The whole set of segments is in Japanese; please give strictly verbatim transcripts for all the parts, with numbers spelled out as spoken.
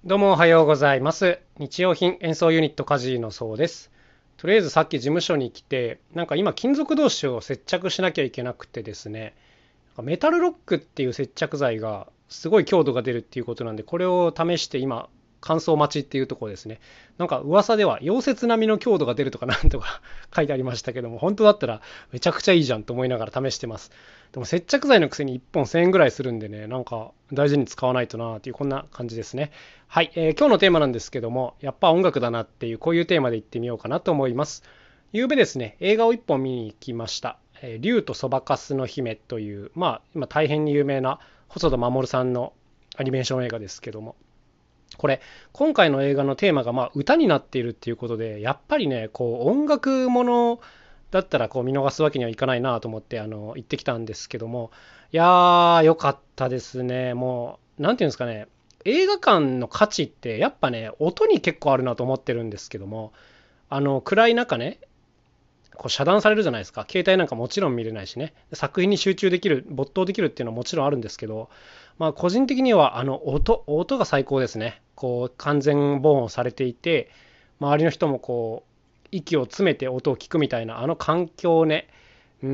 どうもおはようございます。日用品演奏ユニットカジのそうです。とりあえずさっき事務所に来て、なんか今金属同士を接着しなきゃいけなくてですね、メタルロックっていう接着剤がすごい強度が出るっていうことなんで、これを試して今、乾燥待ちっていうところですね。なんか噂では溶接並みの強度が出るとかなんとか書いてありましたけども、本当だったらめちゃくちゃいいじゃんと思いながら試してます。でも接着剤のくせにいっぽんせんえんぐらいするんでね、なんか大事に使わないとなっていうこんな感じですね。はい、えー今日のテーマなんですけども、やっぱ音楽だなっていうこういうテーマでいってみようかなと思います。昨べですね、映画をいっぽん見に行きました。えー竜とそばかすの姫という、まあ今大変に有名な細田守さんのアニメーション映画ですけども、これ今回の映画のテーマがまあ歌になっているっていうことで、やっぱりねこう音楽ものだったらこう見逃すわけにはいかないなと思ってあの行ってきたんですけども、いやー良かったですね。もうなんていうんですかね、映画館の価値ってやっぱね音に結構あるなと思ってるんですけども、あの暗い中ねこう遮断されるじゃないですか。携帯なんかもちろん見れないしね。作品に集中できる、没頭できるっていうのはもちろんあるんですけど、まあ個人的にはあの音、音が最高ですね。こう完全防音されていて、周りの人もこう息を詰めて音を聞くみたいなあの環境ね、うん、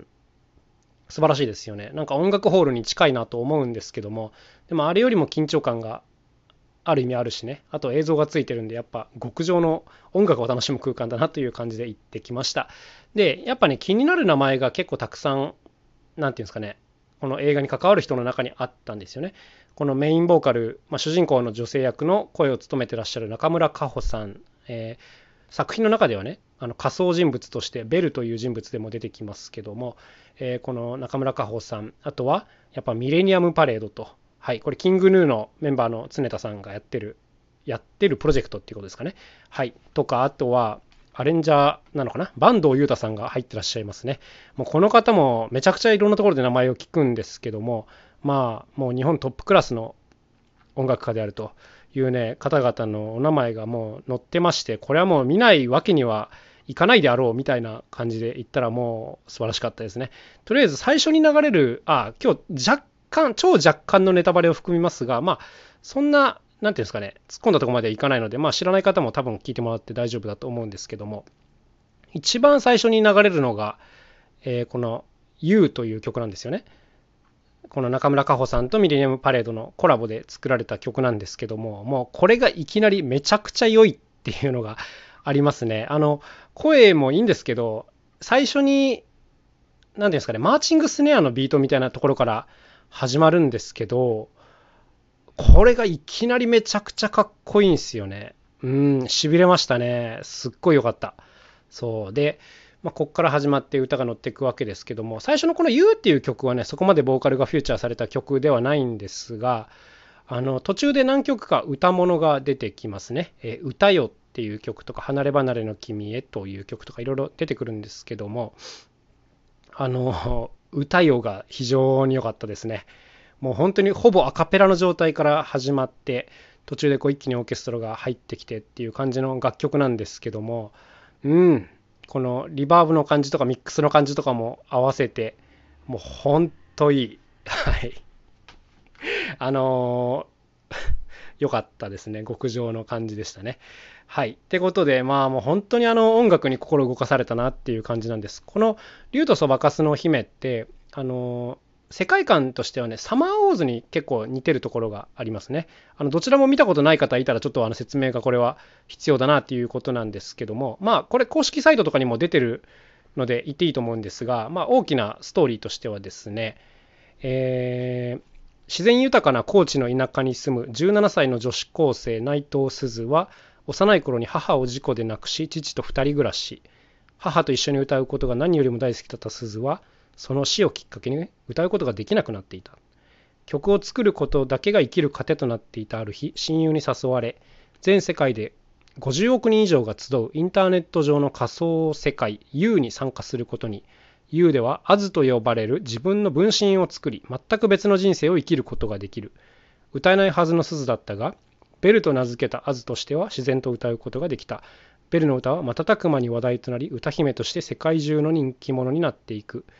素晴らしいですよね。なんか音楽ホールに近いなと思うんですけども、でもあれよりも緊張感がある意味あるしね、あと映像がついてるんで、やっぱ極上の音楽を楽しむ空間だなという感じで行ってきました。で、やっぱね、気になる名前が結構たくさん、なんていうんですかね、この映画に関わる人の中にあったんですよね。このメインボーカル、まあ、主人公の女性役の声を務めてらっしゃる中村佳穂さん、えー作品の中ではね、あの仮想人物としてベルという人物でも出てきますけども、えーこの中村佳穂さん、あとはやっぱミレニアムパレードと、はい、これキングヌーのメンバーの常田さんがやってる、やってるプロジェクトっていうことですかね。はい、とか、あとはアレンジャーなのかな、坂東裕太さんが入ってらっしゃいますね。もうこの方もめちゃくちゃいろんなところで名前を聞くんですけども、まあもう日本トップクラスの音楽家であるというね方々のお名前がもう載ってまして、これはもう見ないわけにはいかないであろうみたいな感じで言ったらもう素晴らしかったですね。とりあえず最初に流れる、あ、今日若干超若干のネタバレを含みますが、まあそんななんていうんですかね、突っ込んだところまではいかないので、まあ知らない方も多分聞いてもらって大丈夫だと思うんですけども、一番最初に流れるのが、えーこの You という曲なんですよね。この中村佳穂さんとミレニアムパレードのコラボで作られた曲なんですけども、もうこれがいきなりめちゃくちゃ良いっていうのがありますね。あの、声もいいんですけど、最初に、何ていうんですかね、マーチングスネアのビートみたいなところから始まるんですけど、これがいきなりめちゃくちゃかっこいいんですよね。うん、痺れましたね。すっごい良かった。そう。で、まあ、こっから始まって歌が乗っていくわけですけども、最初のこの You っていう曲はね、そこまでボーカルがフューチャーされた曲ではないんですが、あの、途中で何曲か歌物が出てきますね。えー歌よっていう曲とか、離れ離れの君へという曲とかいろいろ出てくるんですけども、あの、歌よが非常に良かったですね。もう本当にほぼアカペラの状態から始まって、途中でこう一気にオーケストラが入ってきてっていう感じの楽曲なんですけども、うん、このリバーブの感じとかミックスの感じとかも合わせて、もう本当いい。はい。あのー、良かったですね。極上の感じでしたね。はい。ってことで、まあもう本当にあの音楽に心動かされたなっていう感じなんです。この竜とそばかすの姫って、あのー世界観としてはね、サマーウォーズに結構似てるところがありますね。あのどちらも見たことない方いたら、ちょっとあの説明がこれは必要だなっていうことなんですけども、まあこれ公式サイトとかにも出てるので言っていいと思うんですが、まあ大きなストーリーとしてはですね、えー自然豊かな高知の田舎に住むじゅうななさいの女子高生内藤すずは、幼い頃に母を事故で亡くし、父と二人暮らし。母と一緒に歌うことが何よりも大好きだったすずは、その死をきっかけに、ね、歌うことができなくなっていた。曲を作ることだけが生きる糧となっていたある日、親友に誘われ、全世界でごじゅうおくにん以上が集うインターネット上の仮想世界 You に参加することに。 You ではアズと呼ばれる自分の分身を作り、全く別の人生を生きることができる。歌えないはずのすずだったが、ベルと名付けたアズとしては自然と歌うことができた。ベルの歌は瞬く間に話題となり、歌姫として世界中の人気者になっていく。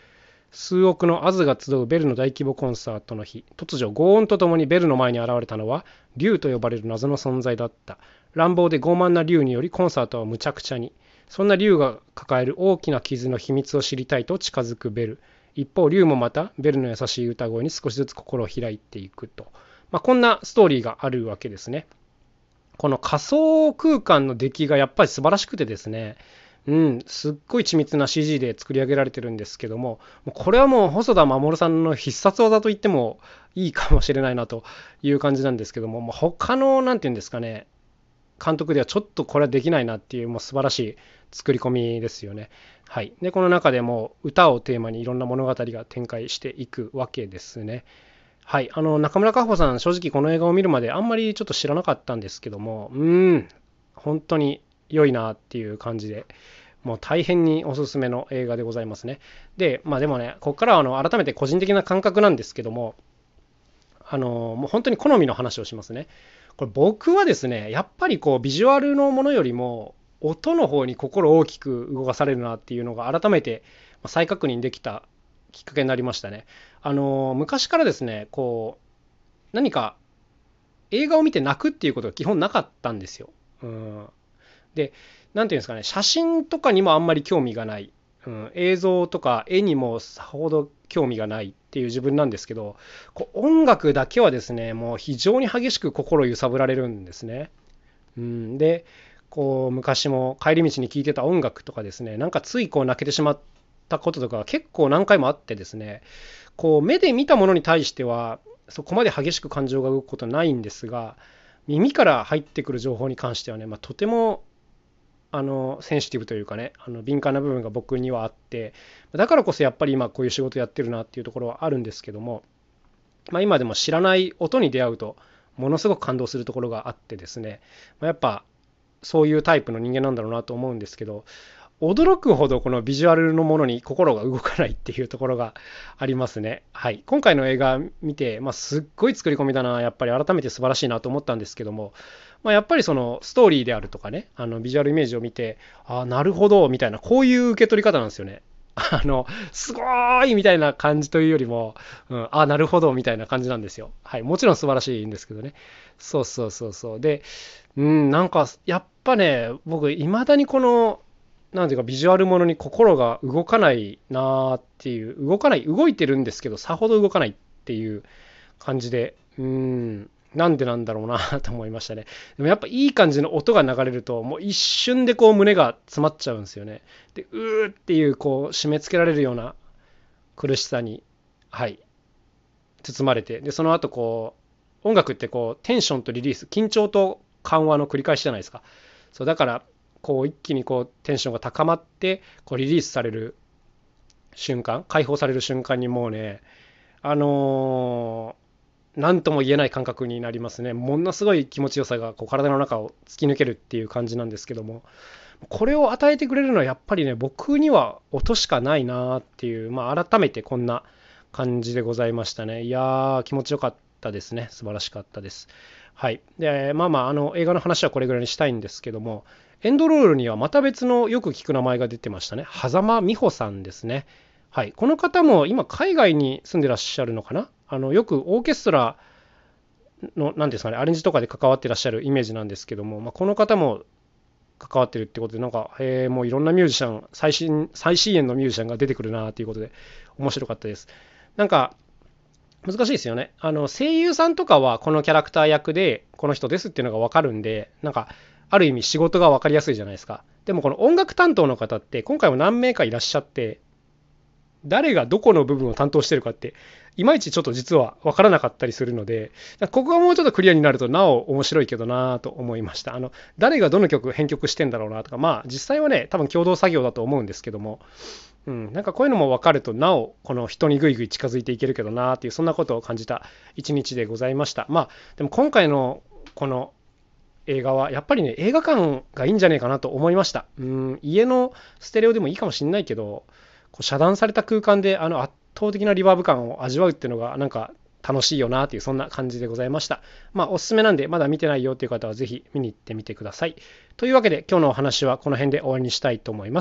数億のアズが集うベルの大規模コンサートの日、突如轟音とともにベルの前に現れたのは竜と呼ばれる謎の存在だった。乱暴で傲慢な竜によりコンサートはむちゃくちゃに。そんな竜が抱える大きな傷の秘密を知りたいと近づくベル。一方竜もまたベルの優しい歌声に少しずつ心を開いていくと、まあ、こんなストーリーがあるわけですね。この仮想空間の出来がやっぱり素晴らしくてですね、うん、すっごい緻密な シージー で作り上げられてるんですけども、これはもう細田守さんの必殺技と言ってもいいかもしれないなという感じなんですけども、まあ、他のなんていうんですかね、監督ではちょっとこれはできないなっていうもう素晴らしい作り込みですよね。はい。で、この中でも歌をテーマにいろんな物語が展開していくわけですね。はい。あの、中村佳穂さん、正直この映画を見るまであんまりちょっと知らなかったんですけども、うーん、本当に良いなっていう感じで、もう大変におすすめの映画でございますね。で、まあでもね、ここからはあの改めて個人的な感覚なんですけども、あの、もう本当に好みの話をしますね。これ僕はですね、やっぱりこうビジュアルのものよりも音の方に心を大きく動かされるなっていうのが改めて再確認できたきっかけになりましたね。あの昔からですね、こう何か映画を見て泣くっていうことが基本なかったんですよ。うん、で、なんていうんですかね、写真とかにもあんまり興味がない、うん、映像とか絵にもさほど興味がないっていう自分なんですけど、こう音楽だけはですね、もう非常に激しく心揺さぶられるんですね。うん、で、こう昔も帰り道に聴いてた音楽とかですね、なんかついこう泣けてしまったこととか結構何回もあってですね、こう目で見たものに対してはそこまで激しく感情が動くことはないんですが、耳から入ってくる情報に関してはね、まあ、とてもあのセンシティブというかね、あの敏感な部分が僕にはあって、だからこそやっぱり今こういう仕事やってるなっていうところはあるんですけども、まあ、今でも知らない音に出会うとものすごく感動するところがあってですね、まあ、やっぱそういうタイプの人間なんだろうなと思うんですけど、驚くほどこのビジュアルのものに心が動かないっていうところがありますね。はい。今回の映画見て、まあ、すっごい作り込みだな、やっぱり改めて素晴らしいなと思ったんですけども、まあ、やっぱりそのストーリーであるとかね、あのビジュアルイメージを見て、ああ、なるほど、みたいな、こういう受け取り方なんですよね。あの、すごーいみたいな感じというよりも、うん、ああ、なるほど、みたいな感じなんですよ。はい。もちろん素晴らしいんですけどね。そうそうそうそう。で、うん、なんか、やっぱね、僕、いまだにこの、なんていうか、ビジュアルものに心が動かないなーっていう、動かない、動いてるんですけど、さほど動かないっていう感じで、うーん、なんでなんだろうなと思いましたね。でもやっぱいい感じの音が流れると、もう一瞬でこう胸が詰まっちゃうんですよね。で、うーっていうこう締め付けられるような苦しさに、はい、包まれて、で、その後こう、音楽ってこう、テンションとリリース、緊張と緩和の繰り返しじゃないですか。そう、だから、こう一気にこうテンションが高まってこうリリースされる瞬間、解放される瞬間にもうね、あのー、なんとも言えない感覚になりますね。ものすごい気持ちよさがこう体の中を突き抜けるっていう感じなんですけども、これを与えてくれるのはやっぱりね、僕には音しかないなっていう、まあ、改めてこんな感じでございましたね。いやー、気持ちよかったですね。素晴らしかったです。はい。で、まあまあ、あの、映画の話はこれぐらいにしたいんですけども、エンドロールにはまた別のよく聞く名前が出てましたね。狭間美穂さんですね。はい。この方も今海外に住んでらっしゃるのかな。あの、よくオーケストラの、何ですかね、アレンジとかで関わってらっしゃるイメージなんですけども、まあ、この方も関わってるってことで、なんか、えー、もういろんなミュージシャン、最新、最新鋭のミュージシャンが出てくるなということで、面白かったです。なんか、難しいですよね。あの、声優さんとかはこのキャラクター役で、この人ですっていうのがわかるんで、なんか、ある意味仕事がわかりやすいじゃないですか。でもこの音楽担当の方って、今回も何名かいらっしゃって、誰がどこの部分を担当してるかって、いまいちちょっと実は分からなかったりするので、ここがもうちょっとクリアになるとなお面白いけどなと思いました。あの、誰がどの曲編曲してんだろうなとか、まあ実際はね、多分共同作業だと思うんですけども、うん、なんかこういうのも分かるとなおこの人にぐいぐい近づいていけるけどなっていう、そんなことを感じた一日でございました。まあでも今回のこの映画はやっぱりね、映画館がいいんじゃねえかなと思いました。うん、家のステレオでもいいかもしんないけど、こう遮断された空間であの圧倒的なリバーブ感を味わうっていうのがなんか楽しいよなっていう、そんな感じでございました。まあおすすめなんで、まだ見てないよっていう方はぜひ見に行ってみてください。というわけで今日のお話はこの辺で終わりにしたいと思います。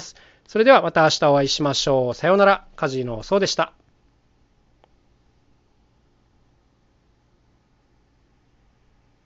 それではまた明日お会いしましょう。さようなら。カジノそうでした。